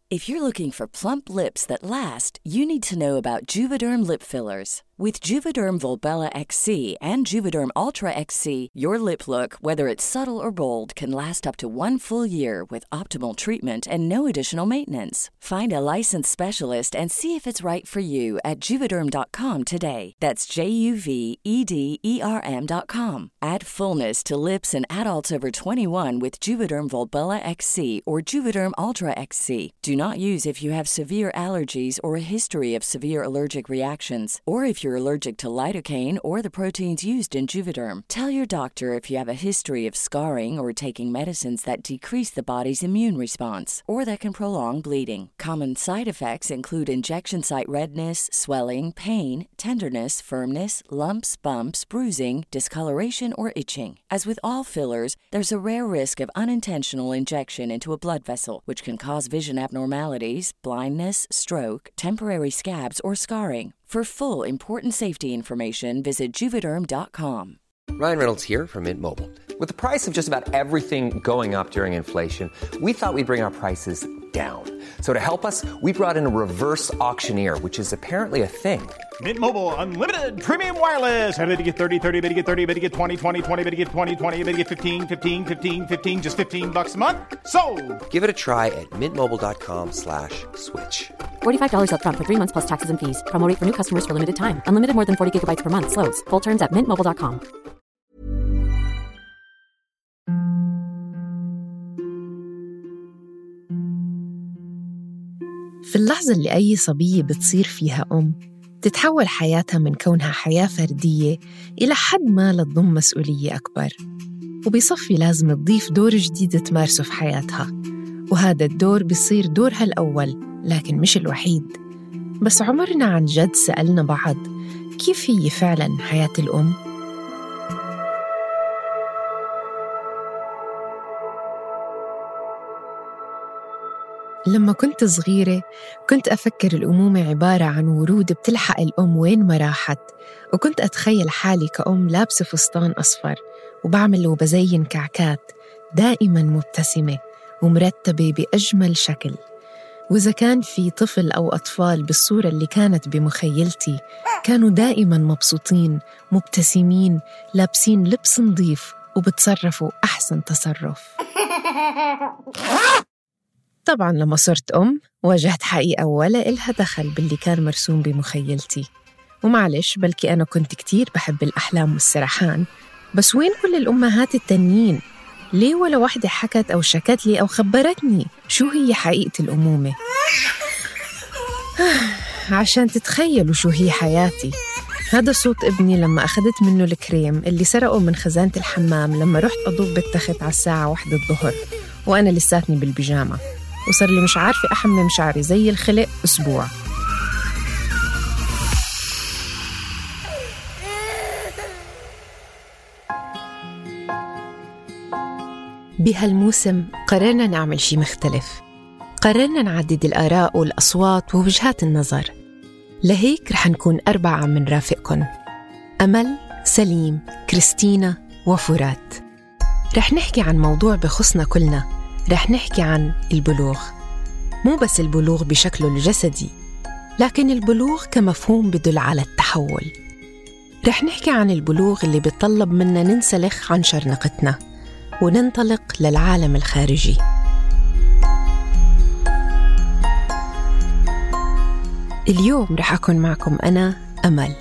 If you're looking for plump lips that last, you need to know about Juvederm lip fillers. With Juvederm Volbella XC and Juvederm Ultra XC, your lip look, whether it's subtle or bold, can last up to 1 full year with optimal treatment and no additional maintenance. Find a licensed specialist and see if it's right for you at Juvederm.com today. That's JUVEDERM.com. Add fullness to lips in adults over 21 with Juvederm Volbella XC or Juvederm Ultra XC. Do not use if you have severe allergies or a history of severe allergic reactions, or if you're allergic to lidocaine or the proteins used in Juvederm. Tell your doctor if you have a history of scarring or taking medicines that decrease the body's immune response or that can prolong bleeding. Common side effects include injection site redness, swelling, pain, tenderness, firmness, lumps, bumps, bruising, discoloration, or itching. As with all fillers, there's a rare risk of unintentional injection into a blood vessel, which can cause vision abnormalities, blindness, stroke, temporary scabs, or scarring. For full, important safety information, visit Juvederm.com. Ryan Reynolds here from Mint Mobile. With the price of just about everything going up during inflation, we thought we'd bring our prices down. So to help us, we brought in a reverse auctioneer, which is apparently a thing. Mint Mobile Unlimited Premium Wireless. How to get 30, 30, bit to get 30, bit to get 20, 20, 20, bit to get 20, 20, bit to get 15, 15, 15, 15, just $15 a month? Sold! Give it a try at mintmobile.com/switch. $45 up front for 3 months plus taxes and fees. Promo rate for new customers for limited time. Unlimited more than 40 gigabytes per month. Slows full terms at mintmobile.com. في اللحظة اللي أي صبية بتصير فيها تتحول حياتها من كونها حياة فردية إلى حد ما لتضم مسؤولية أكبر، وبيصفي لازم تضيف دور جديد تمارسه في حياتها، وهذا الدور بيصير دورها الأول لكن مش الوحيد. بس عمرنا عن جد سألنا بعض كيف هي فعلاً حياة الأم؟ لما كنت صغيرة كنت أفكر الأمومة عبارة عن ورود بتلحق الأم وين ما راحت، وكنت أتخيل حالي كأم لابسة فستان أصفر وبعمل وبزين كعكات، دائماً مبتسمة ومرتبة بأجمل شكل. وإذا كان في طفل أو أطفال بالصورة اللي كانت بمخيلتي كانوا دائماً مبسوطين مبتسمين لابسين لبس نظيف وبتصرفوا أحسن تصرف. طبعاً لما صرت أم واجهت حقيقة ولا إلها دخل باللي كان مرسوم بمخيلتي، ومعلش بلكي أنا كنت كتير بحب الأحلام والسرحان، بس وين كل الأمهات التانيين؟ ليه ولا واحدة حكت أو شكت لي أو خبرتني شو هي حقيقة الأمومة؟ عشان تتخيلوا شو هي حياتي، هذا صوت ابني لما أخذت منه الكريم اللي سرقه من خزانة الحمام لما رحت أضب التخت على الساعة 1 الظهر وأنا لساتني بالبيجامة، وصار لي مش عارفة أحمم شعري زي الخلق أسبوع. بهالموسم قررنا نعمل شي مختلف، قررنا نعدد الآراء والأصوات ووجهات النظر، لهيك رح نكون 4 من رافقكن: أمل، سليم، كريستينا وفرات. رح نحكي عن موضوع بخصنا كلنا، رح نحكي عن البلوغ، مو بس البلوغ بشكله الجسدي، لكن البلوغ كمفهوم بدل على التحول. رح نحكي عن البلوغ اللي بيطلب منا ننسلخ عن شرنقتنا وننطلق للعالم الخارجي. اليوم رح أكون معكم أنا أمل.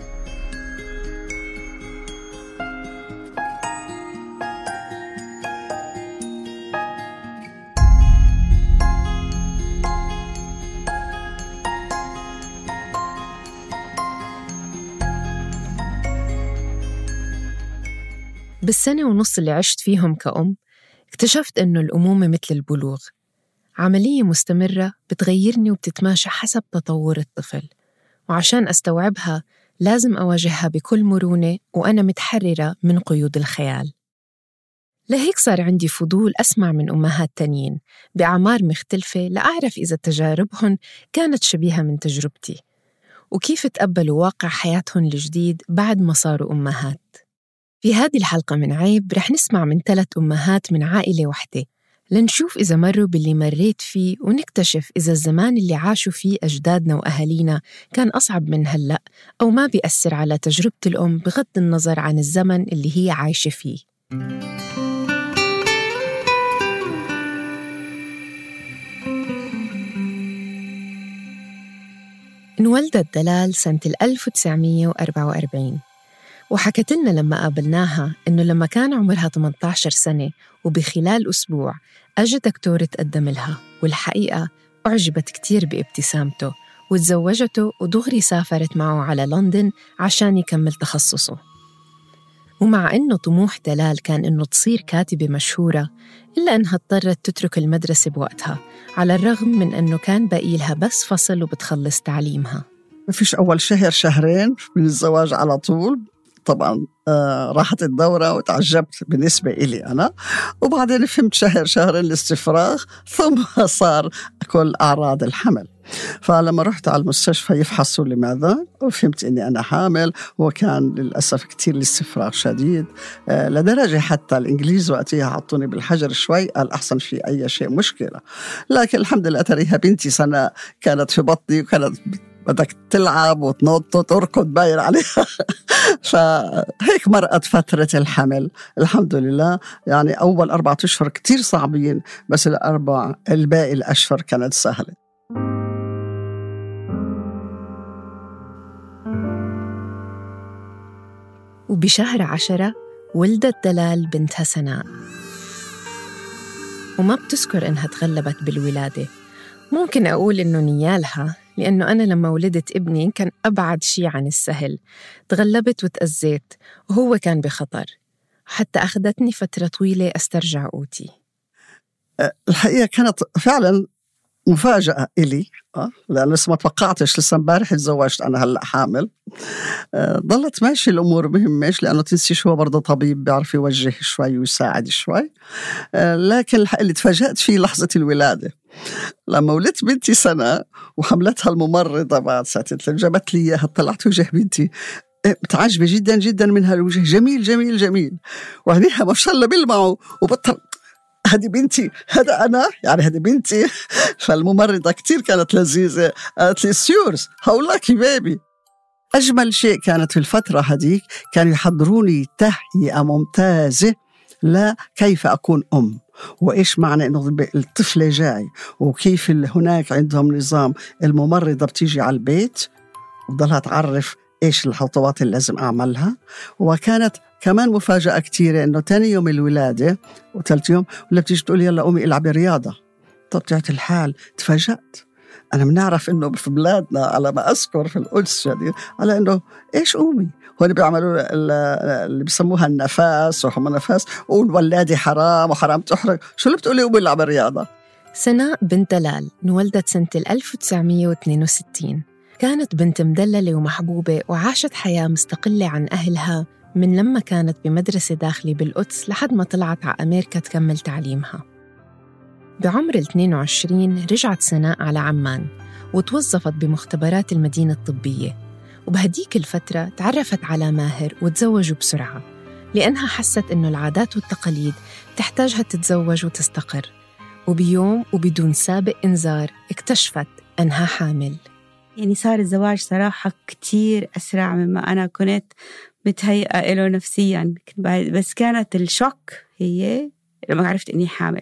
بالسنة ونص اللي عشت فيهم كأم اكتشفت إنه الأمومة مثل البلوغ، عملية مستمرة بتغيرني وبتتماشى حسب تطور الطفل، وعشان أستوعبها لازم أواجهها بكل مرونة وأنا متحررة من قيود الخيال. لهيك صار عندي فضول أسمع من أمهات تانيين بأعمار مختلفة لأعرف إذا تجاربهن كانت شبيهة من تجربتي، وكيف تقبلوا واقع حياتهن الجديد بعد ما صاروا أمهات. في هذه الحلقة من عيب رح نسمع من 3 أمهات من عائلة واحدة لنشوف إذا مروا باللي مريت فيه ونكتشف إذا الزمان اللي عاشوا فيه أجدادنا وأهالينا كان أصعب من هلأ أو ما بيأثر على تجربة الأم بغض النظر عن الزمن اللي هي عايشة فيه. انولدت دلال سنة 1944 وحكت لنا لما قابلناها إنه لما كان عمرها 18 سنة وبخلال أسبوع أجت دكتور تقدم لها، والحقيقة أعجبت كتير بابتسامته وتزوجته ودغري سافرت معه على لندن عشان يكمل تخصصه. ومع إنه طموح دلال كان إنه تصير كاتبة مشهورة، إلا إنها اضطرت تترك المدرسة بوقتها على الرغم من إنه كان باقي لها بس فصل وبتخلص تعليمها. ما فيش أول شهرين من الزواج على طول طبعاً راحت الدورة وتعجبت بالنسبة إلي أنا، وبعدين فهمت شهرين الاستفراغ ثم صار كل أعراض الحمل. فلما رحت على المستشفى يفحصوا لماذا وفهمت أني أنا حامل، وكان للأسف كتير الاستفراغ شديد لدرجة حتى الإنجليز وقتها حطوني بالحجر شوي، قال أحسن في أي شيء مشكلة، لكن الحمد لله تريها بنتي سنة كانت في بطني وكانت بدك تلعب وتنط وتركض باين عليها. فهيك مرقت فترة الحمل الحمد لله. يعني أول 4 أشهر كتير صعبين، بس الباقي الأشهر كانت سهلة. وبشهر 10 ولدت دلال بنتها سناء، وما بتذكر إنها تغلبت بالولادة. ممكن أقول إنه نيالها، لأنه أنا لما ولدت ابني كان أبعد شي عن السهل، تغلبت وتأذيت وهو كان بخطر، حتى أخذتني فترة طويلة أسترجع قوتي. الحقيقة كانت فعلاً مفاجأة إلي، لأن لسه ما توقعتش، لسه امبارح تزوجت أنا هلأ حامل. ضلت ماشي الأمور مهمش، لأنه تنسيش هو برضه طبيب بيعرف يوجه شوي ويساعد شوي. لكن اللي تفاجأت فيه لحظة الولادة لما ولدت بنتي سنة وحملتها الممرضة بعد ساعتين جابت لي إياها، طلعت وجه بنتي متعجبة جدا جدا من هالوجه، جميل جميل جميل، وعينيها ما شاء الله بيلمعوا، وبطل هذه بنتي، هذا أنا، يعني هذه بنتي. فالممرضة كتير كانت لذيذة، قالت لي سيورز هولاكي بيبي. أجمل شيء كانت في الفترة هذيك كانوا يحضروني تهيئة ممتازة لكيف أكون أم، وإيش معنى إنه الطفل جاي، وكيف هناك عندهم نظام الممرضة بتيجي على البيت وضلها تعرف إيش الخطوات اللي لازم أعملها. وكانت كمان مفاجأة كتيرة إنه تاني يوم الولادة وثالث يوم ولا بتيجي تقول يلا قومي العبي رياضة. طبيعة الحال تفاجأت، أنا بنعرف إنه في بلادنا على ما أذكر في القدس يعني على إنه إيش قومي، هون بيعملوا اللي بيسموها النفاس وهم النفاس، والولادة حرام وحرام تحرق، شو اللي بتقولي قومي العبي رياضة. سناء بنت دلال انولدت سنة 1962. كانت بنت مدللة ومحبوبة وعاشت حياة مستقلة عن أهلها من لما كانت بمدرسة داخلي بالقدس لحد ما طلعت على أمريكا تكمل تعليمها. بعمر 22 رجعت سناء على عمان وتوظفت بمختبرات المدينة الطبية، وبهديك الفترة تعرفت على ماهر وتزوجوا بسرعة، لأنها حست إنه العادات والتقاليد تحتاجها تتزوج وتستقر. وبيوم وبدون سابق إنذار اكتشفت أنها حامل. يعني صار الزواج صراحة كتير أسرع مما أنا كنت متهيئة له نفسياً، بس كانت الشوك هي لما عرفت إني حامل.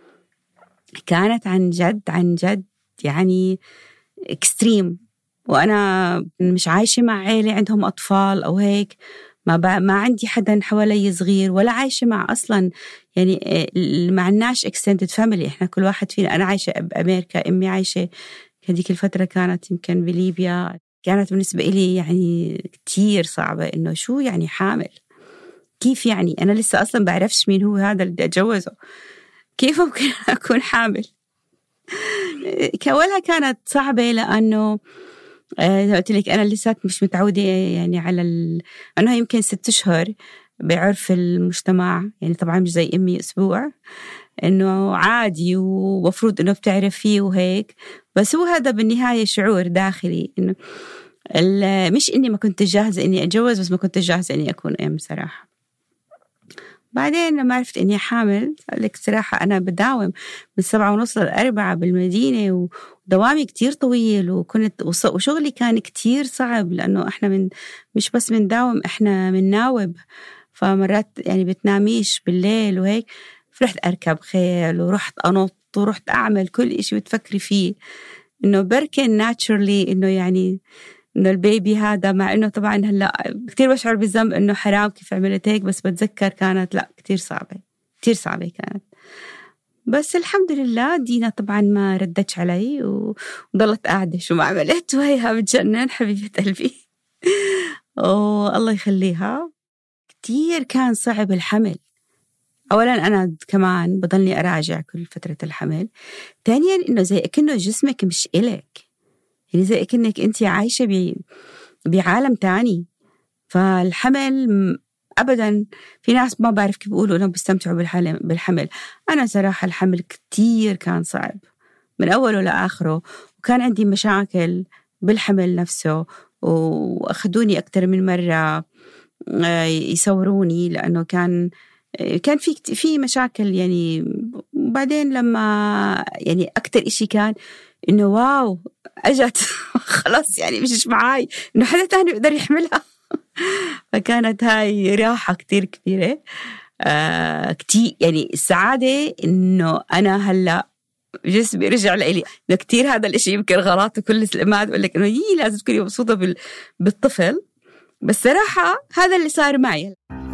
كانت عن جد يعني إكستريم، وأنا مش عايشة مع عائلة عندهم أطفال أو هيك، ما عندي حدا حوالي صغير، ولا عايشة مع أصلاً يعني ما عناش extended family، إحنا كل واحد فينا، أنا عايشة بأمريكا، أمي عايشة هذيك الفترة كانت يمكن بليبيا. كانت بالنسبة لي يعني كتير صعبة، إنه شو يعني حامل، كيف يعني أنا لسه أصلاً بعرفش مين هو هذا اللي أتجوزه، كيف ممكن أكون حامل. كأولها كانت صعبة، لأنه قلت لك أنا لسه مش متعودة يعني على أنه يمكن 6 أشهر بعرف المجتمع، يعني طبعاً مش زي أمي أسبوع، إنه عادي ومفروض إنه بتعرف فيه وهيك. بس هو هذا بالنهاية شعور داخلي، إنه مش إني ما كنت جاهزة إني أتجوز، بس ما كنت جاهزة إني أكون أم صراحة. بعدين لما عرفت إني حامل قال لك صراحة أنا بداوم من 7:30 ل4 بالمدينة، ودوامي كتير طويل، وشغلي كان كتير صعب، لأنه إحنا مش بس بنداوم، إحنا بنناوب، فمرات يعني بتناميش بالليل وهيك. فرحت أركب خيل ورحت أنط ورحت أعمل كل إشي بتفكري فيه، إنه بركن ناتشرلي إنه يعني إنه البيبي هذا، مع إنه طبعا هلا كتير بشعر بالذنب إنه حرام كيف عملت هيك، بس بتذكر كانت لا كتير صعبة، كتير صعبة كانت. بس الحمد لله دينا طبعا ما ردتش علي وضلت قاعدة شو ما عملت، وهيها بتجنن حبيبة قلبي. الله يخليها. كتير كان صعب الحمل. أولاً أنا كمان بضلني أراجع كل فترة الحمل. ثانياً إنه زي كأنه جسمك مش إلك، يعني زي كأنك أنت عايشة بعالم تاني. فالحمل أبداً في ناس ما بعرف كيف بيقولوا إنهم بيستمتعوا بالحمل. أنا صراحة الحمل كتير كان صعب من أوله لآخره، وكان عندي مشاكل بالحمل نفسه، وأخذوني أكتر من مرة يصوروني، لأنه كان في مشاكل يعني. وبعدين لما يعني أكتر إشي كان إنه واو أجت خلاص، يعني مش معاي إنه حدا تاني يقدر يحملها. فكانت هاي راحة كتير كبيرة. كتير يعني السعادة إنه أنا هلأ جسمي رجع لإلي. كتير هذا الإشي يمكن غلط، وكل ما أقول لك إنه لازم تكوني مبسوطة بالطفل، بس صراحة هذا اللي صار معي.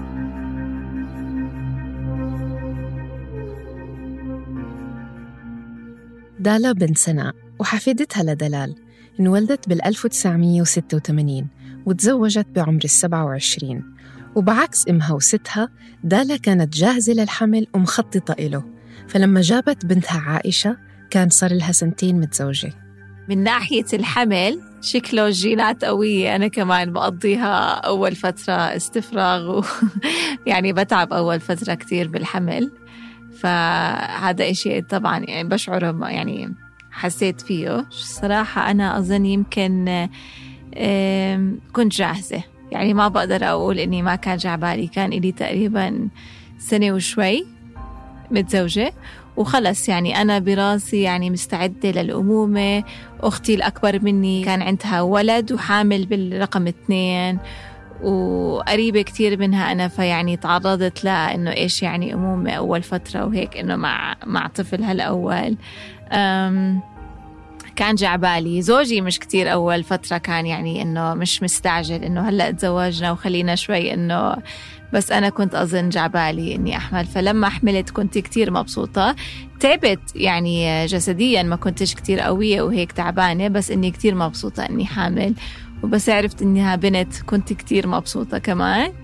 دالا بنت سناء وحفيدتها لدلال انولدت 1986 وتزوجت بعمر 27، وبعكس إمها وستها دالا كانت جاهزة للحمل ومخططة إله. فلما جابت بنتها عائشة كان صار لها 2 سنين متزوجة. من ناحية الحمل شكله جينات قوية. أنا كمان بقضيها أول فترة استفراغ يعني بتعب أول فترة كتير بالحمل، فهذا إشي طبعا يعني بشعره، يعني حسيت فيه صراحة. أنا أظن يمكن كنت جاهزة، يعني ما بقدر أقول إني ما كان جعبالي. كان إلي تقريبا 1 سنة وشوي متزوجة وخلص، يعني أنا براسي يعني مستعدة للأمومة. أختي الأكبر مني كان عندها ولد وحامل بالرقم 2 وقريبة كتير منها أنا، فيعني تعرضت لها إنه إيش يعني أمومة أول فترة وهيك، إنه مع طفل هالأول. كان جعبالي. زوجي مش كتير أول فترة، كان يعني إنه مش مستعجل إنه هلأ تزوجنا وخلينا شوي إنه، بس أنا كنت أظن جعبالي إني أحمل. فلما حملت كنت كتير مبسوطة. تعبت يعني جسديا، ما كنتش كتير قوية وهيك تعبانة، بس إني كتير مبسوطة إني حامل. وبس عرفت إنها بنت كنت كتير مبسوطة كمان.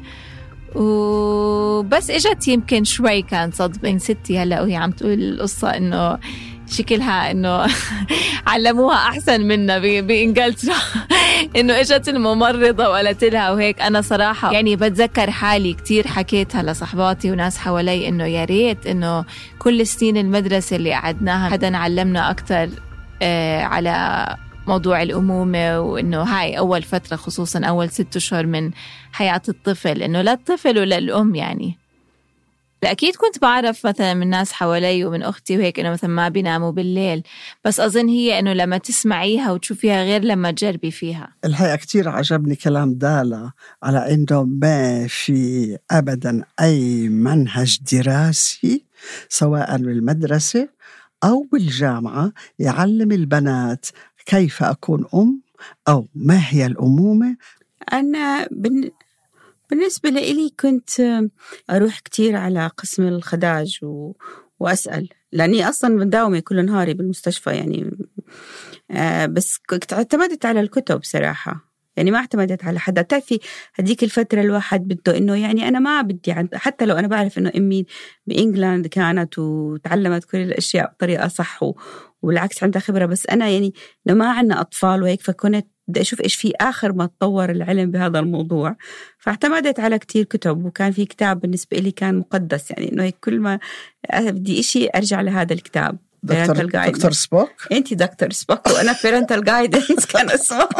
وبس إجت يمكن شوي كان صدمة ستي هلأ وهي عم تقول القصة إنه شكلها إنه علموها أحسن منا بإنجلترا. إنه إجت الممرضة وقالت لها وهيك. أنا صراحة يعني بتذكر حالي كتير حكيتها لصحباتي وناس حوالي إنه يا ريت إنه كل سنين المدرسة اللي قعدناها حدا علمنا أكتر على موضوع الأمومة، وإنه هاي أول فترة خصوصاً أول 6 أشهر من حياة الطفل، إنه لا الطفل ولا الأم يعني. أكيد كنت بعرف مثلا من ناس حوالي ومن أختي وهيك إنه مثلا ما بيناموا بالليل، بس أظن هي إنه لما تسمعيها وتشوفيها غير لما تجربي فيها. الحقيقة كتير عجبني كلام دالا على إنه ما في أبدا أي منهج دراسي سواء بالمدرسة أو بالجامعة يعلم البنات كيف أكون أم أو ما هي الأمومة. أنا بالنسبة لي كنت أروح كتير على قسم الخداج وأسأل، لأني أصلاً بداومي كل نهاري بالمستشفى يعني. بس كنت اعتمدت على الكتب صراحة، يعني ما اعتمدت على حدا. تعرفي هديك الفترة الواحد بده إنه يعني أنا ما بدي حتى لو أنا بعرف إنه أمي بإنجلاند كانت وتعلمت كل الأشياء بطريقة صح والعكس عندها خبرة، بس أنا يعني إنه ما عنا أطفال وهيك، فكنت بدي أشوف إيش في آخر ما تطور العلم بهذا الموضوع. فاعتمدت على كتير كتب، وكان في كتاب بالنسبة لي كان مقدس، يعني إنه هيك كل ما بدي إشي أرجع لهذا الكتاب. دكتور سبوك. أنتي دكتور سبوك وأنا parental guidance كان اسمه.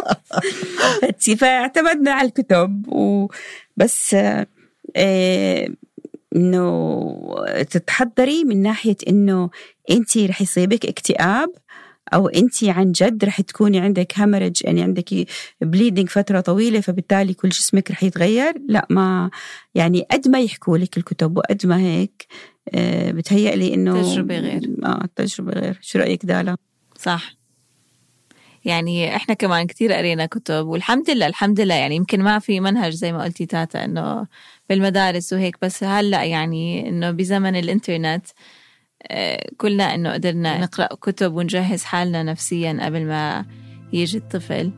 فاعتمدنا على الكتب وبس. إنه تتحضري من ناحية إنه أنتي رح يصيبك اكتئاب، أو أنتي عن جد رح تكوني عندك هامرج، يعني عندك بليدنج فترة طويلة فبالتالي كل جسمك رح يتغير. لا، ما يعني قد ما يحكوا لك الكتب وقد ما هيك بتهيألي إنه تجربة غير. تجربة غير. شو رأيك دالا؟ صح، يعني إحنا كمان كتير قرينا كتب والحمد لله الحمد لله. يعني يمكن ما في منهج زي ما قلتي تاتا إنه بالمدارس وهيك، بس هلأ يعني إنه بزمن الإنترنت كلنا إنه قدرنا نقرأ كتب ونجهز حالنا نفسيا قبل ما يجي الطفل.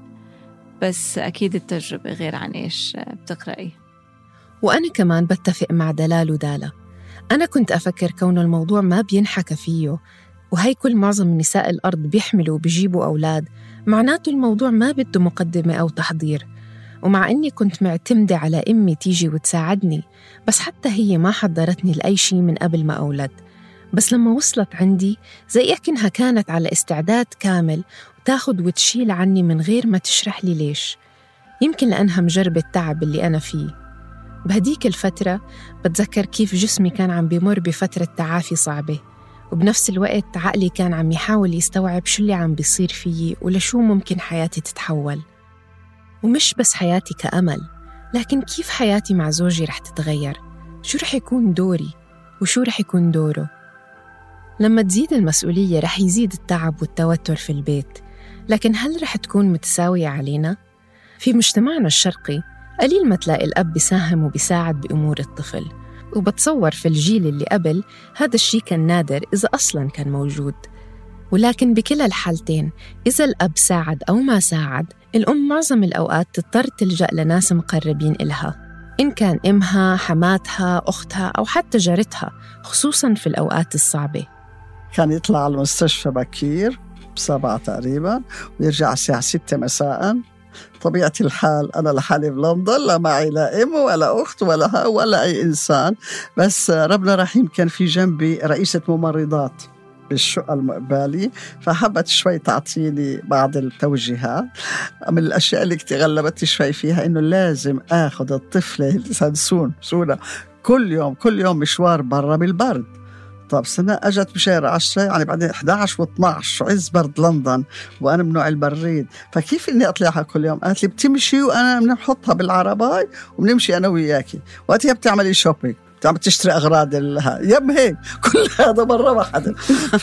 بس أكيد التجربة غير عن إيش بتقرأي. وأنا كمان بتفق مع دلال ودالا. أنا كنت أفكر كونه الموضوع ما بينحكى فيه، وهي كل معظم نساء الأرض بيحملوا وبيجيبوا أولاد، معناته الموضوع ما بده مقدمة أو تحضير. ومع إني كنت معتمدة على أمي تيجي وتساعدني، بس حتى هي ما حضرتني لأي شيء من قبل ما أولد. بس لما وصلت عندي زي أكنها كانت على استعداد كامل وتاخد وتشيل عني من غير ما تشرح لي ليش. يمكن لأنها مجربة التعب اللي أنا فيه. بهديك الفترة بتذكر كيف جسمي كان عم بيمر بفترة تعافي صعبة، وبنفس الوقت عقلي كان عم يحاول يستوعب شو اللي عم بيصير فيي ولشو ممكن حياتي تتحول. ومش بس حياتي كأمل، لكن كيف حياتي مع زوجي رح تتغير، شو رح يكون دوري وشو رح يكون دوره. لما تزيد المسؤولية رح يزيد التعب والتوتر في البيت، لكن هل رح تكون متساوية علينا؟ في مجتمعنا الشرقي قليل ما تلاقي الأب بيساهم وبيساعد بأمور الطفل، وبتصور في الجيل اللي قبل هذا الشيء كان نادر إذا أصلاً كان موجود. ولكن بكلا الحالتين إذا الأب ساعد أو ما ساعد، الأم معظم الأوقات تضطر تلجأ لناس مقربين إلها، إن كان إمها، حماتها، أختها أو حتى جارتها، خصوصاً في الأوقات الصعبة. كان يطلع على المستشفى بكير 7 تقريباً ويرجع الساعة 6 مساءً. طبيعة الحال أنا لحالي بلندن، لا معي لا أم ولا أخت ولا أي إنسان، بس ربنا رحيم كان في جنبي رئيسة ممرضات بالشقة المقبالي، فحبت شوي تعطيني بعض التوجيهات. من الأشياء اللي غلبت شوي فيها إنه لازم أخذ الطفلة سنسونة كل يوم مشوار برا بالبرد. طب سنة أجت بشهر 10، يعني بعدين 11 و12 وعز برد لندن، وأنا من نوع البريد، فكيف إني أطلعها كل يوم؟ قالت لي بتمشي وأنا بنحطها بالعرباي وبنمشي أنا وياكي، وقتها بتعملي شوبينج، بتعمل تشتري أغراض يم هيك كل هذا مرة واحدة.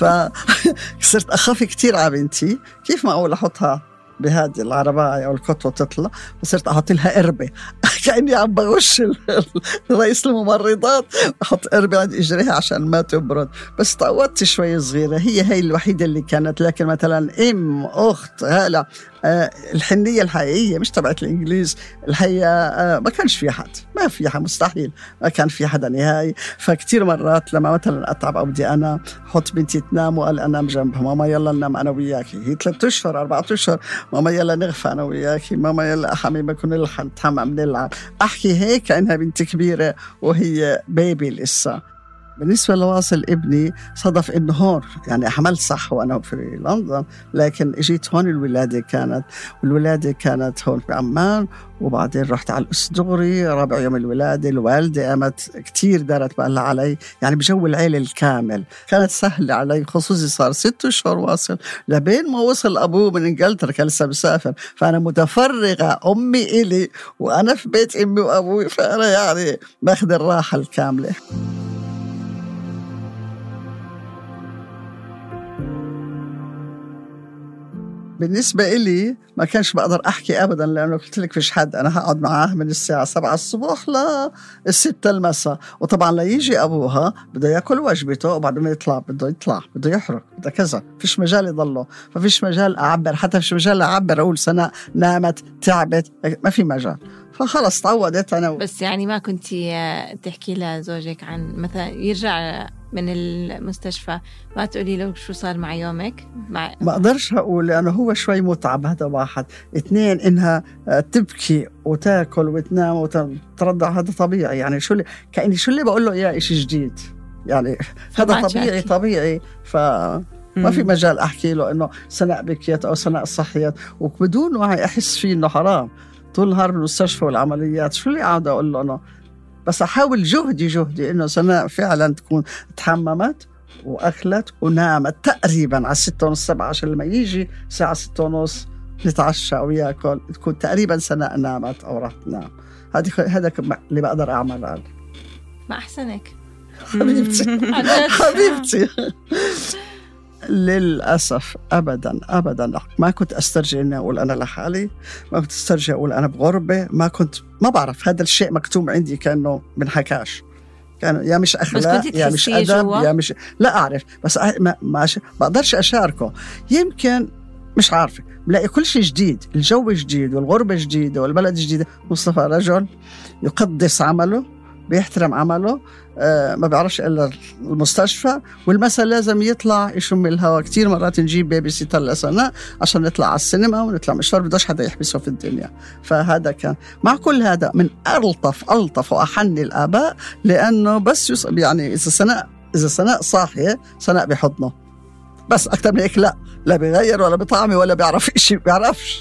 فصرت أخاف كتير على بنتي، كيف معقول أحطها بهذه العرباية أو الكتوة تطلع، وصرت أحط لها قربة كأني عم بغش رئيس الممرضات، أحط قربة عند إجريها عشان ما تبرد. بس تعودت شوي صغيرة، هي الوحيدة اللي كانت. لكن مثلا أخت هلا الحنية الحقيقية مش تبعت الإنجليز الحقيقة ما كانش في حد، ما في حد، مستحيل ما كان في حدا نهائي. فكتير مرات لما مثلا أتعب أو بدي أنا حط بنتي تنام وقال أنام جنبها، ماما يلا ننام أنا وياكي، هي 3 أشهر 4 أشهر، ماما يلا نغفى أنا وياكي، ماما يلا حميمة كنا نتحمم نلعب، أحكي هيك كأنها بنت كبيرة وهي بيبي لسه. بالنسبة لواصل ابني صدف إنه هون يعني حملت صح وأنا في لندن، لكن إجيت هون الولادة كانت هون في عمان، وبعدين رحت على الأسدغري 4 يوم الولادة. الوالدة قامت كتير دارت بقلها علي، يعني بجو العيلة الكامل كانت سهلة علي، خصوصي صار 6 أشهر واصل لبين ما وصل أبوه من إنجلترا، كان لسه مسافر، فأنا متفرغة أمي إلي وأنا في بيت أمي وأبوي، فأنا يعني باخذ الراحة الكاملة. بالنسبة إلي ما كانش بقدر أحكي أبداً، لأنه قلت لك فيش حد، أنا هقعد معاه من الساعة 7 الصبح ل6 المساء، وطبعاً لا يجي أبوها بده يأكل وجبته وبعدين بده يطلع بده يحرك بده كذا، فيش مجال يضله، ففيش مجال أعبر، حتى فيش مجال أعبر أقول سنة نامت تعبت، ما في مجال، فخلص تعودت أنا. بس يعني ما كنتي تحكي لزوجك عن مثلا يرجع من المستشفى ما تقولي له شو صار مع يومك؟ ما أقدرش أقول، لأنه هو شوي متعب، هذا 1. 2 إنها تبكي وتاكل وتنام وترضع، هذا طبيعي، يعني كأني شو اللي بقول له إياه إشي جديد، يعني هذا طبيعي فما في مجال أحكي له إنه سناء بكيت أو سناء صحيت، وبدون وعي أحس فيه إنه حرام طول نهار بالمستشفى والعمليات. شو اللي قاعد أقول له إنه بس أحاول جهدي إنه سناء فعلا تكون تحممت وأكلت ونامت تقريبا على 6:30-7 عشان لما يجي الساعة 6:30 نتعشى وياكل تكون تقريبا سناء نامت أو راح تنام. هذا اللي بقدر أعمله. ما أحسنك حبيبتي. للأسف أبدا ما كنت أسترجع إني أقول أنا لحالي، ما كنت أسترجع أقول أنا بغربة، ما بعرف. هذا الشيء مكتوم عندي كأنه بنحكاش، كان يا مش أخلاق يا مش أدب يا مش لا أعرف، بس ما بقدرش أشاركه. يمكن مش عارفة، بلاقي كل شيء جديد، الجو جديد والغربة جديدة والبلد جديدة. مصطفى رجل يقدس عمله، بيحترم عمله، ما بيعرفش إلا المستشفى، والمساء لازم يطلع يشم الهواء. كتير مرات نجيب بيبي سيتر لسناء عشان نطلع على السينما ونطلع مشوار، بدوش حدا يحبسه في الدنيا. فهذا كان مع كل هذا من ألطف وأحن الآباء، لأنه بس يعني إذا سناء صاحية سناء بحضنه، بس أكتر من هيك لا بيغير ولا بطعمي ولا بيعرف إشي، بيعرفش.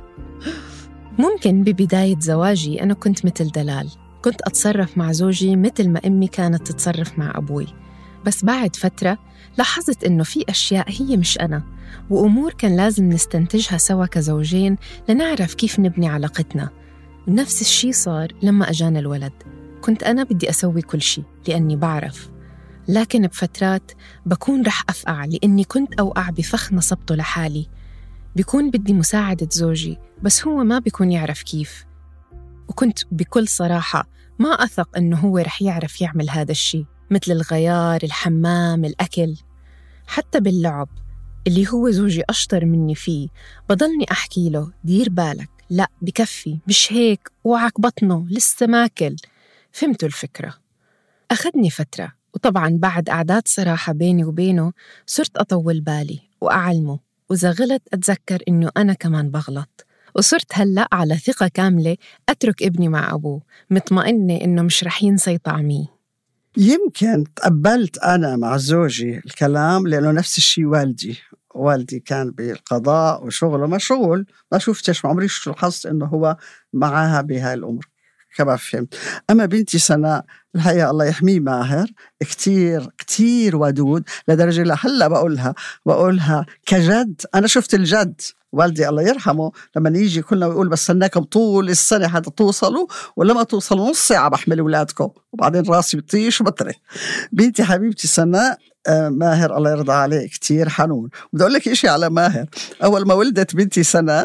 ممكن ببداية زواجي أنا كنت مثل دلال، كنت أتصرف مع زوجي مثل ما أمي كانت تتصرف مع أبوي. بس بعد فترة لاحظت إنه في أشياء هي مش أنا، وأمور كان لازم نستنتجها سوا كزوجين لنعرف كيف نبني علاقتنا. نفس الشي صار لما أجانا الولد. كنت أنا بدي أسوي كل شي لأني بعرف، لكن بفترات بكون رح أفقع لأني كنت أوقع بفخ نصبته لحالي. بيكون بدي مساعدة زوجي بس هو ما بيكون يعرف كيف، وكنت بكل صراحة ما أثق إنه هو رح يعرف يعمل هذا الشي، مثل الغيار، الحمام، الأكل. حتى باللعب اللي هو زوجي أشطر مني فيه بضلني أحكي له دير بالك، لا بكفي، مش هيك، وعك بطنه لسه ماكل. فهمتوا الفكرة؟ أخذني فترة، وطبعاً بعد أعداد صراحة بيني وبينه صرت أطول بالي وأعلمه، وإذا غلط أتذكر إنه أنا كمان بغلط. وصرت هلأ على ثقة كاملة أترك ابني مع أبوه، مطمئنة إنه مش رح ينسى طعميه. يمكن تقبلت أنا مع زوجي الكلام لأنه نفس الشيء والدي كان بالقضاء وشغله مشغول، ما شفتش، ما عمري لاحظت إنه هو معها بهاي الأمور كما فهمت. أما بنتي سناء الحقيقة الله يحميه ماهر، كتير ودود، لدرجة لهلا بقولها كجد. أنا شفت الجد والدي الله يرحمه لما يجي كلنا ويقول بس استناكم طول السنة حتى توصلوا، ولما توصلوا نص ساعة بحمل أولادكم، وبعدين راسي بطيش وبطري. بنتي حبيبتي سناء ماهر الله يرضى عليه كتير حنون. بدي أقول لك إشي على ماهر. أول ما ولدت بنتي سناء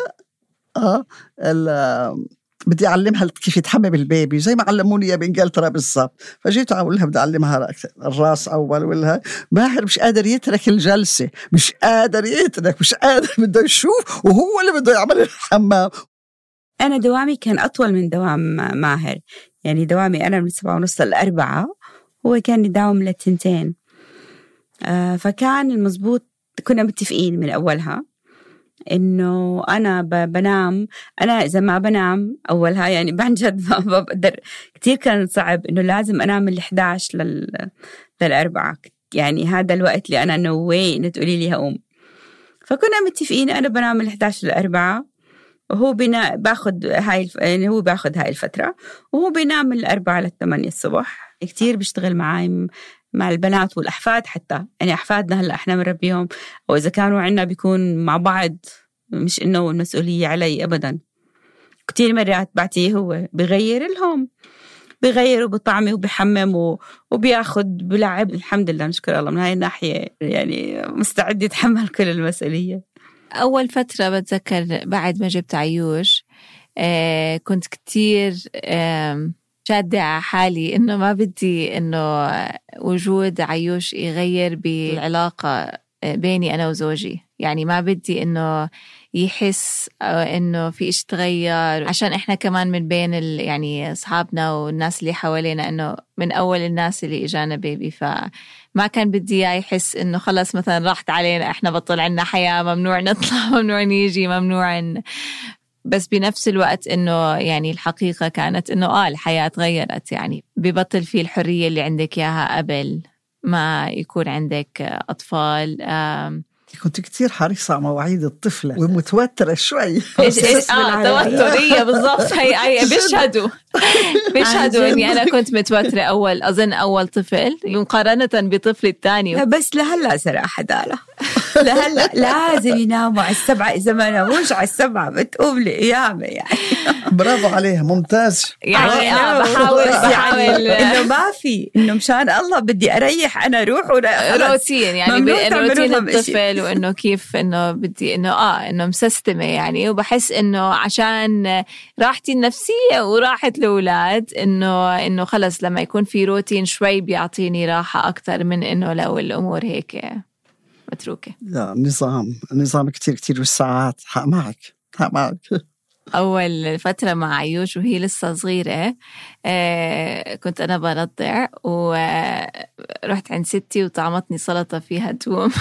بدي أعلمها كيف يتحمم البيبي زي ما علموني يا بإنجلترا بالضبط. فجيت أقول لها بدي أعلمها الراس أول، ولا ماهر مش قادر يترك الجلسة، مش قادر بده يشوف وهو اللي بده يعمل الحمام. أنا دوامي كان أطول من دوام ماهر، يعني دوامي أنا من 7:30 ل4، هو كان يداوم ل2. فكان المزبوط، كنا متفقين من أولها إنه أنا بنام. أنا إذا ما بنام أولها يعني بنجد ما بقدر، كتير كان صعب إنه لازم أنام من 11 لل4، يعني هذا الوقت اللي أنا نوي إنه تقولي لي هقوم. فكنا متفقين أنا بنام من 11 لل4، وهو باخد يعني هو باخد هاي الفترة، وهو بينام من 4 ل8 الصبح. كتير بيشتغل معاي مع البنات والأحفاد، حتى يعني أحفادنا هلأ إحنا مربيهم، أو إذا كانوا عنا بيكون مع بعض، مش إنه المسؤولية علي أبدا. كتير مرات بعتيه هو بغير لهم، بغير وبطعمي وبحمم وبياخد بلعب. الحمد لله نشكر الله من هاي الناحية، يعني مستعد يتحمل كل المسؤولية. أول فترة بتذكر بعد ما جبت عيوش كنت كتير شادة على حالي إنه ما بدي إنه وجود عيوش يغير بالعلاقة بيني أنا وزوجي، يعني ما بدي إنه يحس إنه في إيش تغير، عشان إحنا كمان من بين يعني أصحابنا والناس اللي حوالينا إنه من أول الناس اللي إجانا بيبي، فما كان بدي يحس إنه خلص مثلا راحت علينا، إحنا بطل عنا حياة، ممنوع نطلع، ممنوع نيجي، ممنوع بس بنفس الوقت إنه يعني الحقيقة كانت إنه الحياة تغيرت، يعني ببطل فيه الحرية اللي عندك إياها قبل ما يكون عندك أطفال. كنت كتير حريصة على مواعيد الطفلة ومتوترة شوي. توترية بالضبط. هي بيشهدوا إني أنا كنت متوترة أظن أول طفل مقارنة بطفلي الثاني. بس لهلا صراحة دالة لهلا لازم يناموا على 7، إذا ما ناموش على 7 بتقوم لقيامة يعني. برافو عليها، ممتاز يعني. بحاول إنه ما في إنه مشان الله بدي أريح أنا روح روتين يعني روتين الطفل، وإنه كيف إنه بدي إنه مسستمة يعني. وبحس إنه عشان راحتي النفسية وراحة الأولاد إنه خلص لما يكون في روتين شوي بيعطيني راحة أكتر من إنه لو الأمور هيك متروكة. لا، نظام كتير والساعات. حق معك. أول فترة مع عيوش وهي لسه صغيرة، كنت أنا برضع ورحت عند ستي وطعمتني سلطة فيها توم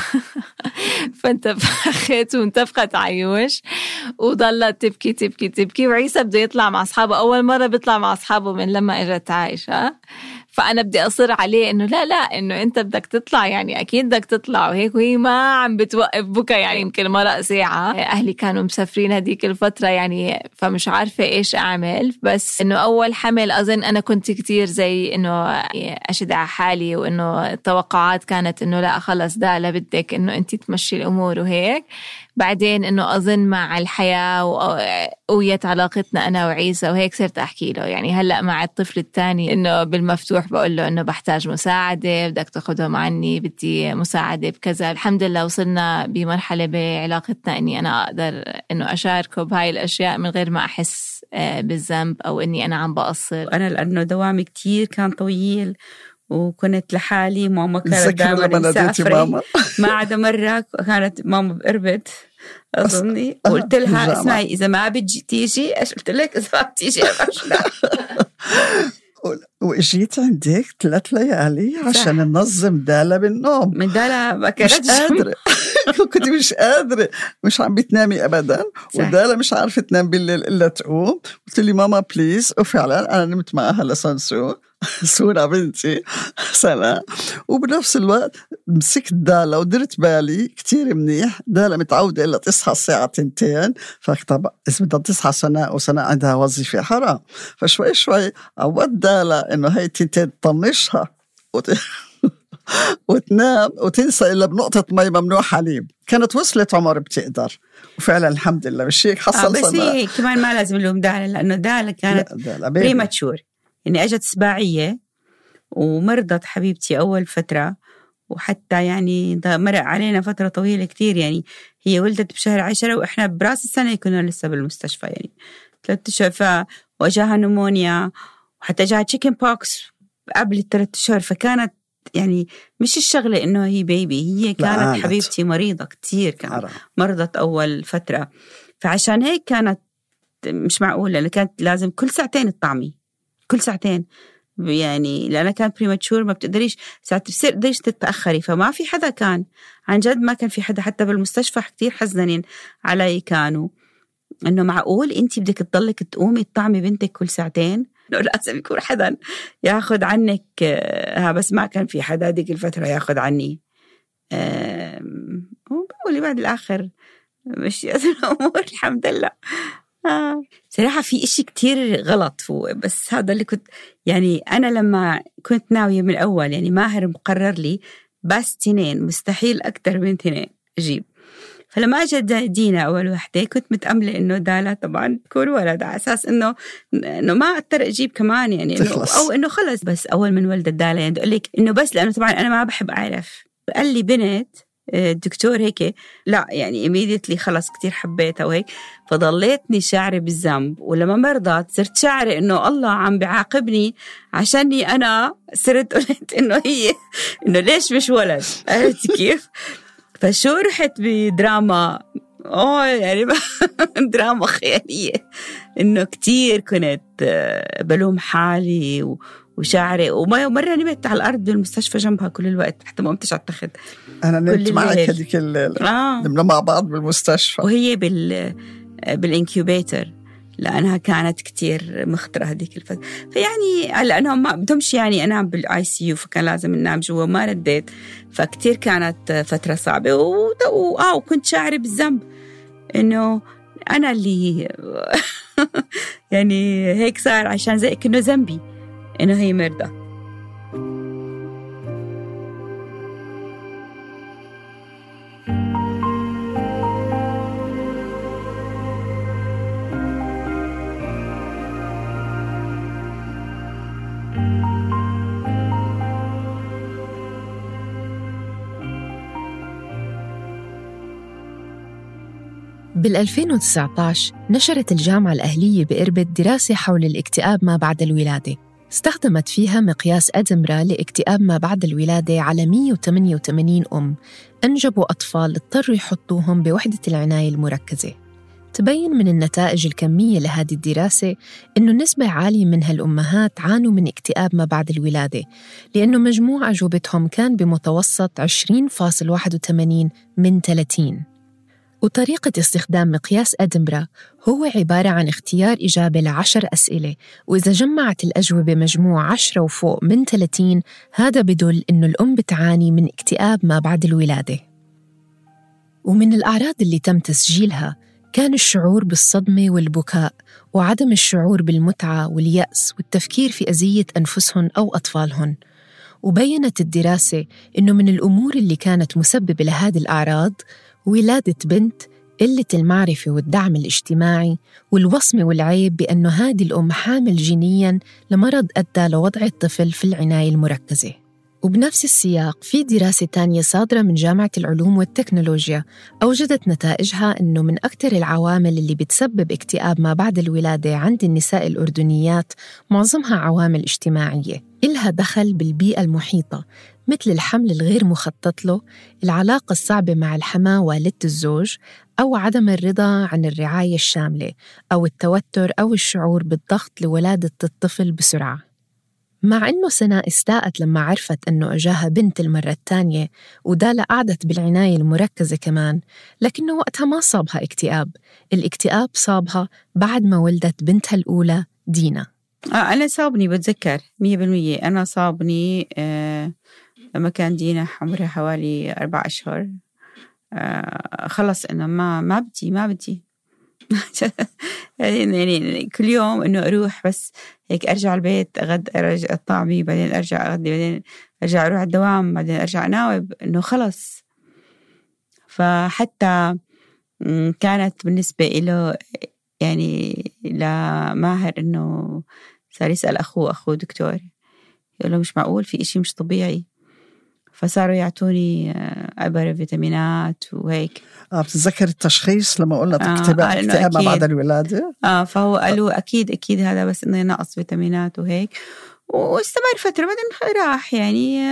فانتفخت وانتفخت عيوش وضلت تبكي وعيسى بده يطلع مع أصحابه. أول مرة بيطلع مع أصحابه من لما إجت عايشة، فأنا بدي أصر عليه إنه لا إنه أنت بدك تطلع، يعني أكيد بدك تطلع وهيك، وهي ما عم بتوقف بكى يعني. يمكن مرق ساعة. أهلي كانوا مسافرين هديك الفترة يعني، فمش عارفة إيش أعمل. بس إنه أول حمل أظن أنا كنت كتير زي إنه أشد على حالي، وإنه التوقعات كانت إنه لا خلص ده لا بدك إنه أنت تمشي الأمور وهيك. بعدين إنه أظن مع الحياة وقويت علاقتنا أنا وعيسى وهيك صرت أحكي له يعني. هلأ مع الطفل الثاني إنه بالمفتوح بقول له إنه بحتاج مساعدة، بدك تاخدهم عني، بدي مساعدة بكذا. الحمد لله وصلنا بمرحلة بعلاقتنا إني أنا أقدر إنه أشاركه بهاي الأشياء من غير ما أحس بالذنب أو إني أنا عم بقصر. أنا لأنه دوامي كتير كان طويل وكنت لحالي، ماما كانت دائما مسافرة. ما عدا مرة كانت ماما بقربت أظني، قلت لها اسمعي إذا ما بتجي تيجي، إيش قلت لك؟ إذا ما بتيجي وإجيت عندك 3 ليالي عشان ننظم دالة بالنوم. من دالة ما كانتش قادرة كنت مش قادرة، مش عم بتنامي أبدا. ودالة مش عارفة تنام بالليل إلا تقوم. قلت لي ماما بليز، وفعلا أنا نمت معها لسانسو سورة بنتي سنة. وبنفس الوقت مسكت دالة ودرت بالي كتير منيح. دالة متعودة إلا تصحى الساعة 2، فطب إذا بدها تصحى سنة عندها وظيفة حرام، فشوي شوي عودت دالة إنه هاي 2 تطنشها وتنام وتنسى إلا بنقطة مي ممنوع حليب. كانت وصلت عمر بتقدر، وفعلا الحمد لله مش هيك حصل. بس هي كمان ما لازم لهم دالة، لأنه دالة كانت بريماتشور يعني، أجت سباعية ومرضت حبيبتي أول فترة، وحتى يعني مرق علينا فترة طويلة كتير يعني. هي ولدت بشهر 10 وإحنا براس السنة كنا لسه بالمستشفى يعني 3 أشهر، وجاها نمونيا، وحتى جاها تشيكن بوكس قبل 3 أشهر. فكانت يعني مش الشغلة إنه هي بيبي، هي كانت حبيبتي مريضة كتير، كانت مرضت أول فترة. فعشان هيك كانت مش معقولة، لأن كانت لازم كل 2 ساعة تطعمي، كل 2 ساعة يعني، لأنها كانت بريماتشور ما بتقدريش ساعات تقدريش تتأخري. فما في حدا كان عن جد، ما كان في حدا حتى بالمستشفى كتير حزنين علي كانوا، إنه معقول أنتي بدك تضلك تقومي تطعمي بنتك كل 2 ساعة؟ لازم يكون حدا ياخد عنك. بس ما كان في حدا ديك الفترة ياخد عني. وبقولي بعد الآخر مش الأمور الحمد لله. صراحة في إشي كتير غلط فوق، بس هذا اللي كنت يعني أنا لما كنت ناوية من الأول يعني ماهر مقرر لي بس 2، مستحيل أكتر من 2 أجيب. فلما أجت دينا أول وحدة كنت متأملة إنه دالة طبعا تكون ولد، على أساس إنه ما أقدر أجيب كمان يعني أو إنه خلص. بس أول من ولدت دالة يعني أقول لك إنه بس لأنه طبعا أنا ما بحب أعرف. قال لي بنت الدكتور هيك، لا يعني immediately خلص كتير حبيتها وهيك. فضليتني شعري بالذنب، ولما مرضت صرت شعري إنه الله عم بعاقبني عشاني أنا صرت قلت إنه هي إنه ليش مش ولد، عرفت كيف؟ فشو رحت بدراما يعني دراما خيالية، إنه كتير كنت بلوم حالي وشعري. ومرة نمت على الأرض بالمستشفى جنبها كل الوقت حتى ما قمتش على التخت. أنا نمت معك هذيك نمنا مع بعض بالمستشفى، وهي بالإنكيوبيتر، لأنها كانت كتير مخطرة هذيك الفترة. فيعني لأنهم ما بدهمش يعني أنام بالآي سي يو، فكان لازم أنام جوا، ما رديت. فكتير كانت فترة صعبة، وكنت شاعرة بالذنب إنه أنا اللي يعني هيك صار، عشان زي كأنه ذنبي إنه هي مرضى. بال2019 نشرت الجامعة الأهلية بإربد دراسة حول الاكتئاب ما بعد الولادة، استخدمت فيها مقياس أدنبرا لاكتئاب ما بعد الولادة على 188 أم أنجبوا أطفال اضطروا يحطوهم بوحدة العناية المركزة. تبين من النتائج الكمية لهذه الدراسة إنه نسبة عالية من هالأمهات عانوا من اكتئاب ما بعد الولادة، لأنه مجموع أجوبتهم كان بمتوسط 20.81 من 30. وطريقة استخدام مقياس أدنبرا هو عبارة عن اختيار إجابة ل10 أسئلة، وإذا جمعت الأجوبة مجموع 10 وفوق من 30 هذا بدل إنه الأم بتعاني من اكتئاب ما بعد الولادة. ومن الأعراض اللي تم تسجيلها كان الشعور بالصدمة والبكاء، وعدم الشعور بالمتعة واليأس والتفكير في أذية أنفسهم أو أطفالهم. وبيّنت الدراسة إنه من الأمور اللي كانت مسببة لهذه الأعراض ولادة بنت، قلة المعرفة والدعم الاجتماعي، والوصمة والعيب بأنه هذه الأم حامل جينياً لمرض أدى لوضع الطفل في العناية المركزة. وبنفس السياق في دراسة تانية صادرة من جامعة العلوم والتكنولوجيا أوجدت نتائجها أنه من أكثر العوامل اللي بتسبب اكتئاب ما بعد الولادة عند النساء الأردنيات معظمها عوامل اجتماعية إلها دخل بالبيئة المحيطة، مثل الحمل الغير مخطط له، العلاقة الصعبة مع الحماة والدة الزوج، أو عدم الرضا عن الرعاية الشاملة، أو التوتر أو الشعور بالضغط لولادة الطفل بسرعة. مع أنه سناء استاءت لما عرفت أنه أجاها بنت المرة الثانية ودالا قعدت بالعناية المركزة كمان، لكنه وقتها ما صابها اكتئاب. الاكتئاب صابها بعد ما ولدت بنتها الأولى دينا. أنا صابني، بتذكر 100%. أنا صابني لما كان دينا عمرها حوالي 4 أشهر. خلص إنه ما بدي يعني كل يوم إنه أروح بس هيك أرجع البيت أرجع طعمي، بعدين أرجع أغدي، بعدين أرجع أروح الدوام، بعدين أرجع أناوب، إنه خلص. فحتى كانت بالنسبة إله يعني لماهر إنه صار يسأل أخوه دكتور، يقول له مش معقول، في إشي مش طبيعي. فصاروا يعطوني عبارة فيتامينات وهيك. بتتذكر التشخيص لما قلنا اكتئاب ما بعد الولادة؟ فهو قالوا أكيد هذا بس إنه نقص فيتامينات وهيك. واستمر فترة بعدين راح يعني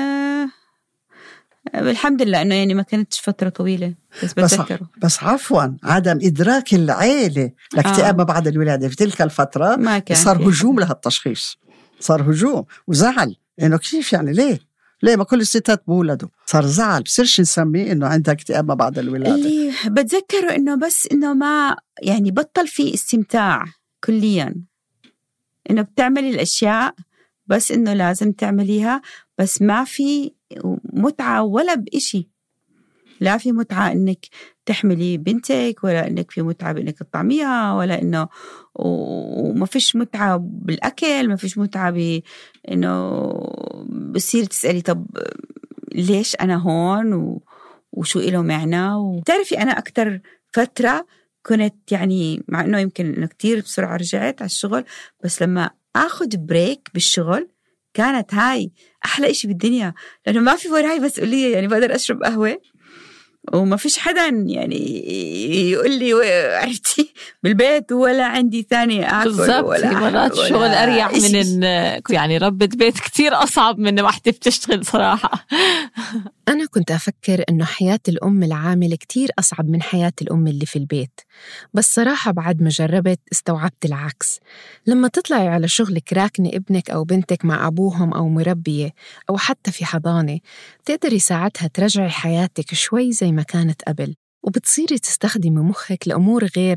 الحمد لله إنه يعني ما كانتش فترة طويلة. بس عفوا عدم إدراك العائلة لاكتئاب ما بعد الولادة في تلك الفترة صار هجوم لها التشخيص، صار هجوم وزعل إنه كيف يعني ليه ما كل الستات بولدوا، صار زعل. بصيرش نسميه إنه عندها اكتئاب ما بعد الولادة. اللي بتذكره إنه بس إنه ما يعني بطل في استمتاع كليا، إنه بتعملي الأشياء بس إنه لازم تعمليها، بس ما في متعة ولا بإشي. لا في متعة إنك تحملي بنتك، ولا إنك في متعة بإنك تطعميها، ولا إنه وما فيش متعة بالأكل، ما فيش متعة بإنه بصير تسألي طب ليش أنا هون وشو إله معنى. وتعرفي أنا أكتر فترة كنت يعني مع إنه يمكن إنه كتير بسرعة رجعت على الشغل، بس لما أخذ بريك بالشغل كانت هاي أحلى إشي بالدنيا، لأنه ما في وراي مسؤولية. يعني بقدر أشرب قهوة وما فيش حدا يعني يقول لي عرفتي بالبيت، ولا عندي ثاني آكل. بالضبط، مرات شغل أريح من يعني ربة بيت كتير أصعب من واحدة بتشتغل صراحة. أنا كنت أفكر إنه حياة الأم العاملة كتير أصعب من حياة الأم اللي في البيت، بس صراحة بعد ما جربت استوعبت العكس. لما تطلعي على شغلك راكنة ابنك أو بنتك مع أبوهم أو مربية أو حتى في حضانة، تقدري ساعتها ترجعي حياتك شوي زي ما كانت قبل، وبتصيري تستخدمي مخك لأمور غير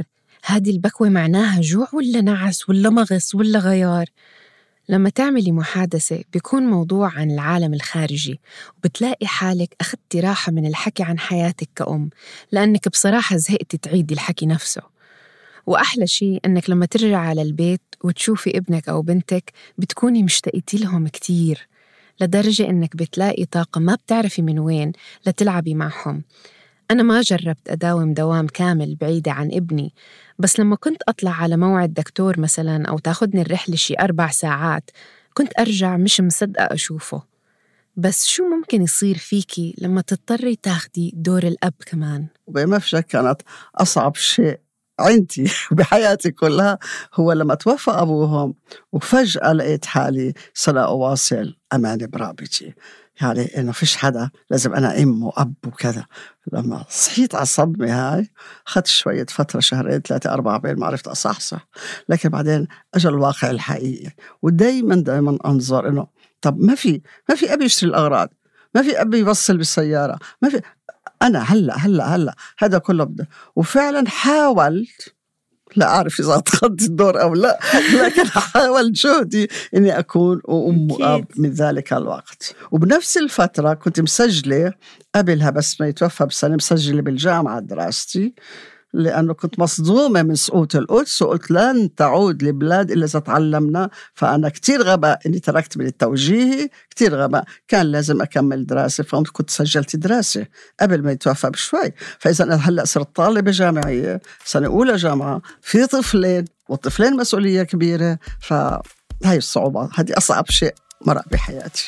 هذه البكوة معناها جوع ولا نعس ولا مغص ولا غيار؟ لما تعملي محادثة بيكون موضوع عن العالم الخارجي، وبتلاقي حالك أخذتي راحة من الحكي عن حياتك كأم، لأنك بصراحة زهقتي تعيدي الحكي نفسه. وأحلى شيء أنك لما ترجع على البيت وتشوفي ابنك أو بنتك بتكوني مشتاقتي لهم كتير، لدرجة أنك بتلاقي طاقة ما بتعرفي من وين لتلعبي معهم. أنا ما جربت أداوم دوام كامل بعيدة عن ابني، بس لما كنت أطلع على موعد دكتور مثلاً أو تاخدني الرحلة شي 4 ساعات كنت أرجع مش مصدقة أشوفه. بس شو ممكن يصير فيكي لما تضطري تاخدي دور الأب كمان؟ وبما في شك كانت أصعب شيء عندي بحياتي كلها هو لما توفى أبوهم، وفجأة لقيت حالي سنة أواصل أماني برابطي، يعني إنه فيش حدا، لازم أنا أم وأب وكذا. لما صحيت على الصدمة هاي أخذت شوية فترة 2-3-4 بين ما عرفت أصحصح، لكن بعدين أجل الواقع الحقيقي. ودايما أنظر إنه طب ما في أبي يشتري الأغراض، ما في أبي يوصل بالسيارة، ما في أنا هلأ هذا كله بدأ. وفعلا حاولت، لا أعرف إذا أتخذت الدور أو لا، لكن حاول جهدي إني أكون أم وأب من ذلك الوقت. وبنفس الفترة كنت مسجلة قبلها، بس ما يتوفى بسنة، مسجلة بالجامعة دراستي، لأنه كنت مصدومة من سقوط القدس، وقلت لن تعود لبلاد إلا إذا تعلمنا. فأنا كتير غباء إني تركت من التوجيهي، كتير غباء، كان لازم أكمل دراسة. فكنت سجلت دراسة قبل ما يتوفى بشوي. فإذا أنا هلأ صرت طالبة جامعية سنة أولى جامعة، في طفلين، والطفلين مسؤولية كبيرة. فهاي الصعوبة، هذه أصعب شيء مرق بحياتي.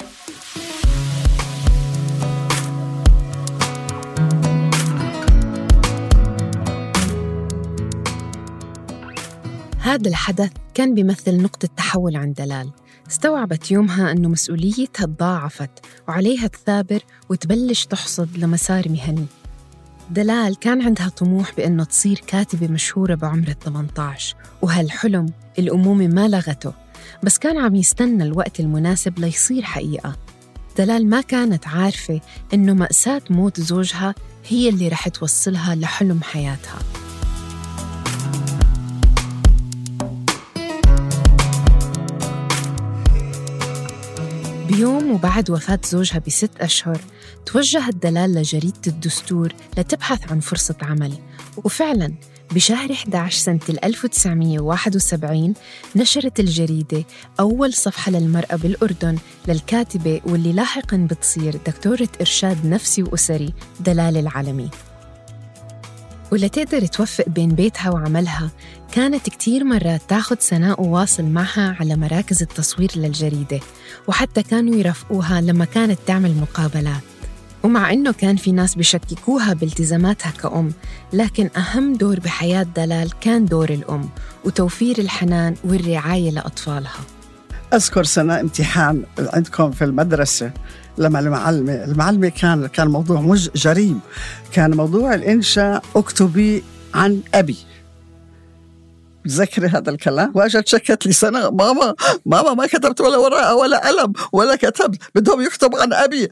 هذا الحدث كان بيمثل نقطة تحول عند دلال. استوعبت يومها أنه مسؤوليتها تضاعفت وعليها تثابر وتبلش تحصد لمسار مهني. دلال كان عندها طموح بأنه تصير كاتبة مشهورة بعمر 18، وهالحلم الأمومة ما لغته، بس كان عم يستنى الوقت المناسب ليصير حقيقة. دلال ما كانت عارفة أنه مأساة موت زوجها هي اللي رح توصلها لحلم حياتها. بيوم وبعد وفاة زوجها ب6 أشهر توجهت دلال لجريدة الدستور لتبحث عن فرصة عمل. وفعلاً بشهر 11 سنة 1971 نشرت الجريدة أول صفحة للمرأة بالأردن للكاتبة واللي لاحقاً بتصير دكتورة إرشاد نفسي وأسري دلال العلمي. ولتقدر توفق بين بيتها وعملها كانت كتير مرات تاخد سناء وواصل معها على مراكز التصوير للجريدة، وحتى كانوا يرافقوها لما كانت تعمل مقابلات. ومع إنه كان في ناس بيشككوها بالتزاماتها كأم، لكن أهم دور بحياة دلال كان دور الأم وتوفير الحنان والرعاية لأطفالها. أذكر سنة امتحان عندكم في المدرسة لما المعلمة كان موضوع مش جريم، كان موضوع الإنشاء اكتبي عن أبي. تذكري هذا الكلام؟ واجت شكت لي سنة، ماما ما كتبت ولا ورقة ولا قلم ولا كتبت، بدهم يكتب عن أبي.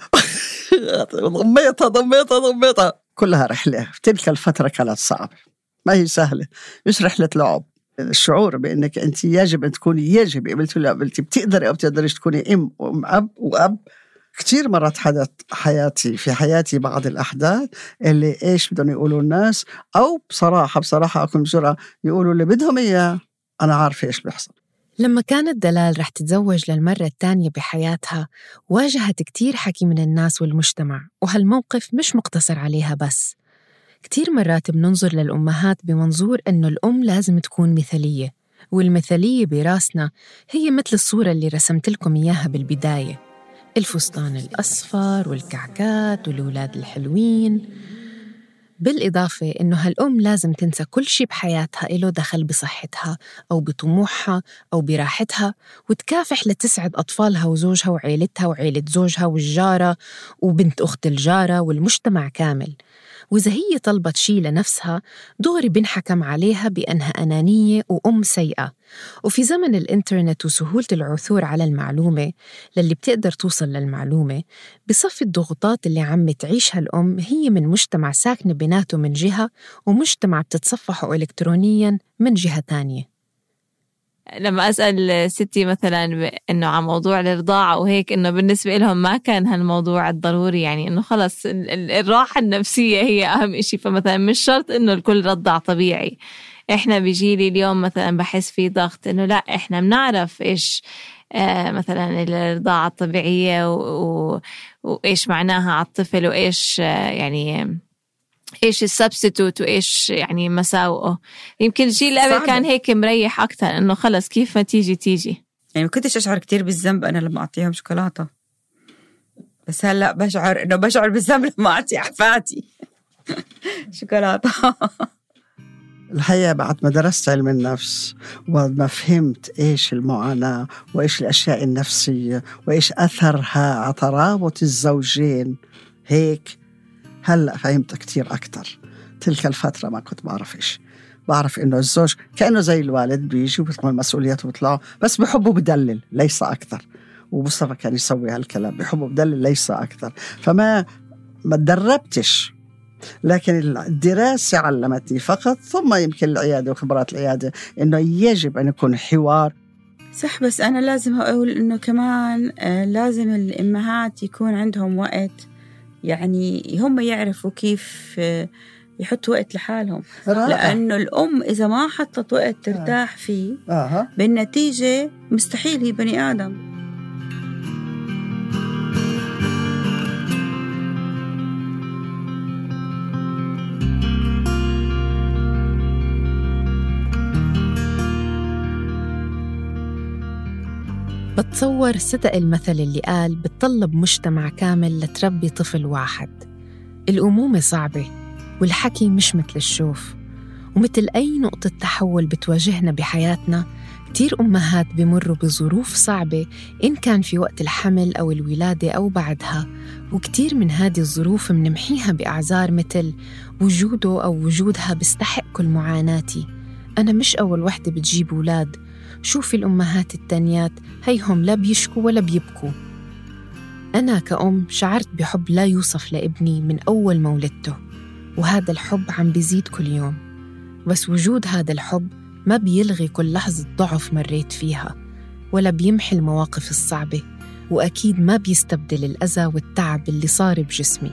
ضميتها كلها رحلة. في تلك الفترة كانت صعبة، ما هي سهلة، مش رحلة لعب. الشعور بأنك أنت يجب أن تكوني، قبلتي ولا قبلتي، بتقدري أو بتقدريش تكوني أم وأب وأب. كتير مرات حدث في حياتي بعض الأحداث اللي إيش بدهم يقولوا الناس، أو بصراحة أكون جرأة يقولوا اللي بدهم إياه، أنا عارفة إيش بيحصل. لما كانت دلال رح تتزوج للمرة الثانية بحياتها واجهت كتير حكي من الناس والمجتمع، وهالموقف مش مقتصر عليها بس. كتير مرات بننظر للأمهات بمنظور أنه الأم لازم تكون مثالية، والمثالية براسنا هي مثل الصورة اللي رسمت لكم إياها بالبداية، الفستان الأصفر والكعكات والأولاد الحلوين. بالإضافة إنه هالأم لازم تنسى كل شي بحياتها إله دخل بصحتها أو بطموحها أو براحتها، وتكافح لتسعد أطفالها وزوجها وعيلتها وعيلة زوجها والجارة وبنت أخت الجارة والمجتمع كامل. وإذا هي طلبت شي لنفسها دغري بنحكم عليها بأنها أنانية وأم سيئة. وفي زمن الإنترنت وسهولة العثور على المعلومة للي بتقدر توصل للمعلومة، بصفي الضغوطات اللي عم تعيشها الأم هي من مجتمع ساكنة بيناته من جهة ومجتمع بتتصفحه إلكترونياً من جهة تانية. لما أسأل ستي مثلا إنه عن موضوع الرضاعة وهيك، إنه بالنسبة لهم ما كان هالموضوع الضروري، يعني إنه خلص الراحة النفسية هي أهم إشي. فمثلا مش شرط إنه الكل رضع طبيعي. إحنا بيجيلي اليوم مثلا بحس في ضغط إنه لا، إحنا بنعرف إيش مثلا الرضاعة الطبيعية وإيش معناها على الطفل، وإيش يعني إيش السبستيتوت وإيش يعني مساوئه. يمكن الجيل اللي قبل كان هيك مريح أكتر، إنه خلص كيف ما تيجي. يعني ما كنتش أشعر كتير بالذنب أنا لما أعطيهم شوكولاتة، بس هلأ بشعر بالذنب لما أعطي أحفادي شوكولاتة. الحقيقة بعد ما درست علم النفس وما فهمت إيش المعاناة وإيش الأشياء النفسية وإيش أثرها على ترابط الزوجين، هيك هلأ فهمت كتير أكتر. تلك الفترة ما كنت بعرف إيش. بعرف إنه الزوج كأنه زي الوالد، بيجي وبيتحمل مسؤولياته وبيطلعوا، بس بحبه بدلل ليس أكتر. ومصطفى كان يسوي هالكلام، بحبه بدلل ليس أكتر. فما تدربتش، لكن الدراسة علمتني فقط، ثم يمكن العيادة وخبرات العيادة، إنه يجب أن يكون حوار. صح، بس أنا لازم أقول إنه كمان لازم الأمهات يكون عندهم وقت، يعني هم يعرفوا كيف يحطوا وقت لحالهم. لأنه الأم إذا ما حطت وقت ترتاح فيه بالنتيجة مستحيل هي بني آدم. بتصور صدق المثل اللي قال بتطلب مجتمع كامل لتربي طفل واحد. الأمومة صعبة، والحكي مش مثل الشوف، ومثل أي نقطة تحول بتواجهنا بحياتنا. كتير أمهات بمروا بظروف صعبة، إن كان في وقت الحمل أو الولادة أو بعدها، وكتير من هذه الظروف منمحيها بأعذار مثل وجوده أو وجودها بيستحق كل معاناتي، أنا مش أول وحدة بتجيب أولاد، شوفي الأمهات التانيات هيهم لا بيشكوا ولا بيبكوا. أنا كأم شعرت بحب لا يوصف لابني من أول ما ولدته، وهذا الحب عم بيزيد كل يوم. بس وجود هذا الحب ما بيلغي كل لحظة ضعف مريت فيها، ولا بيمحي المواقف الصعبة، وأكيد ما بيستبدل الأذى والتعب اللي صار بجسمي.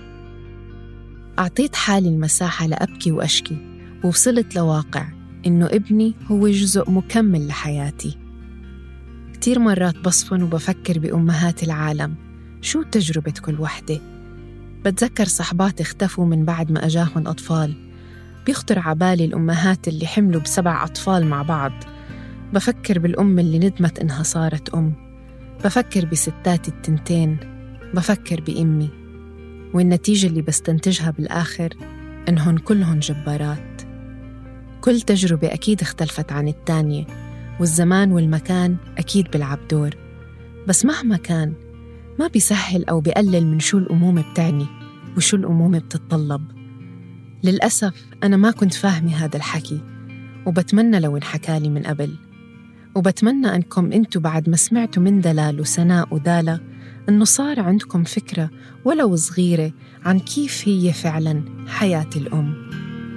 أعطيت حالي المساحة لأبكي وأشكي، ووصلت لواقع إنه ابني هو جزء مكمل لحياتي. كتير مرات بصفن وبفكر بأمهات العالم، شو تجربة كل وحدة؟ بتذكر صحبات اختفوا من بعد ما أجاهن أطفال، بيخطر عبالي الأمهات اللي حملوا ب7 أطفال مع بعض. بفكر بالأم اللي ندمت إنها صارت أم، بفكر بستات التنتين، بفكر بأمي، والنتيجة اللي بستنتجها بالآخر إنهن كلهن جبارات. كل تجربة أكيد اختلفت عن التانية، والزمان والمكان أكيد بيلعب دور، بس مهما كان ما بيسهل أو بيقلل من شو الأمومة بتعني وشو الأمومة بتتطلب. للأسف أنا ما كنت فاهمة هذا الحكي، وبتمنى لو انحكالي من قبل، وبتمنى أنكم أنتوا بعد ما سمعتوا من دلال وسناء ودالة أنه صار عندكم فكرة ولو صغيرة عن كيف هي فعلاً حياة الأم.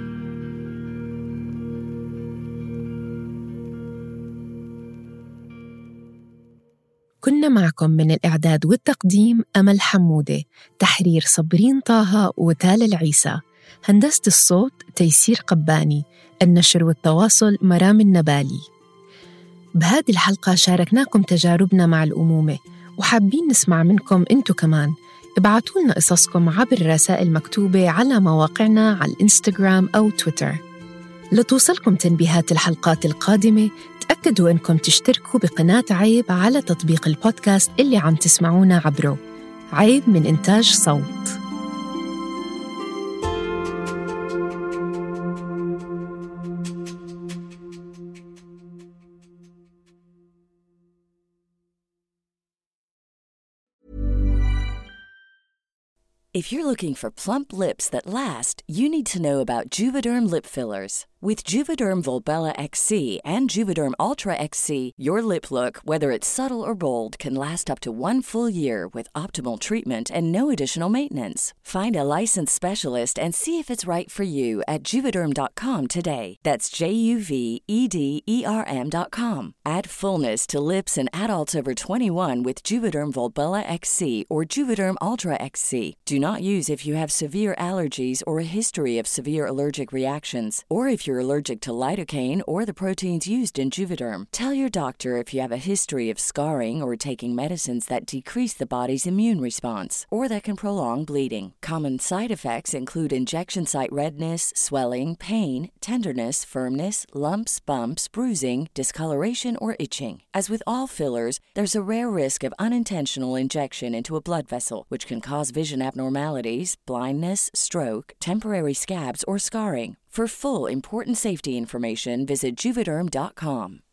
كنا معكم من الإعداد والتقديم أمل حمودة، تحرير صبرين طه وتال العيسى، هندسة الصوت تيسير قباني، النشر والتواصل مرام النبالي. بهذه الحلقة شاركناكم تجاربنا مع الأمومة، وحابين نسمع منكم أنتوا كمان. ابعتوا لنا قصصكم عبر رسائل مكتوبة على مواقعنا على الإنستغرام أو تويتر. لتوصلكم تنبيهات الحلقات القادمة تأكدوا أنكم تشتركوا بقناة عيب على تطبيق البودكاست اللي عم تسمعونا عبره. عيب من إنتاج صوت. If you're looking for plump lips that last, you need to know about Juvederm lip fillers. With Juvederm Volbella XC and Juvederm Ultra XC, your lip look, whether it's subtle or bold, can last up to 1 full year with optimal treatment and no additional maintenance. Find a licensed specialist and see if it's right for you at Juvederm.com today. That's JUVEDERM.com. Add fullness to lips in adults over 21 with Juvederm Volbella XC or Juvederm Ultra XC. Do not use if you have severe allergies or a history of severe allergic reactions, or if you're allergic to lidocaine or the proteins used in Juvederm. Tell your doctor if you have a history of scarring or taking medicines that decrease the body's immune response or that can prolong bleeding. Common side effects include injection site redness, swelling, pain, tenderness, firmness, lumps, bumps, bruising, discoloration, or itching. As with all fillers, there's a rare risk of unintentional injection into a blood vessel, which can cause vision abnormalities, blindness, stroke, temporary scabs, or scarring. For full, important safety information, visit Juvederm.com.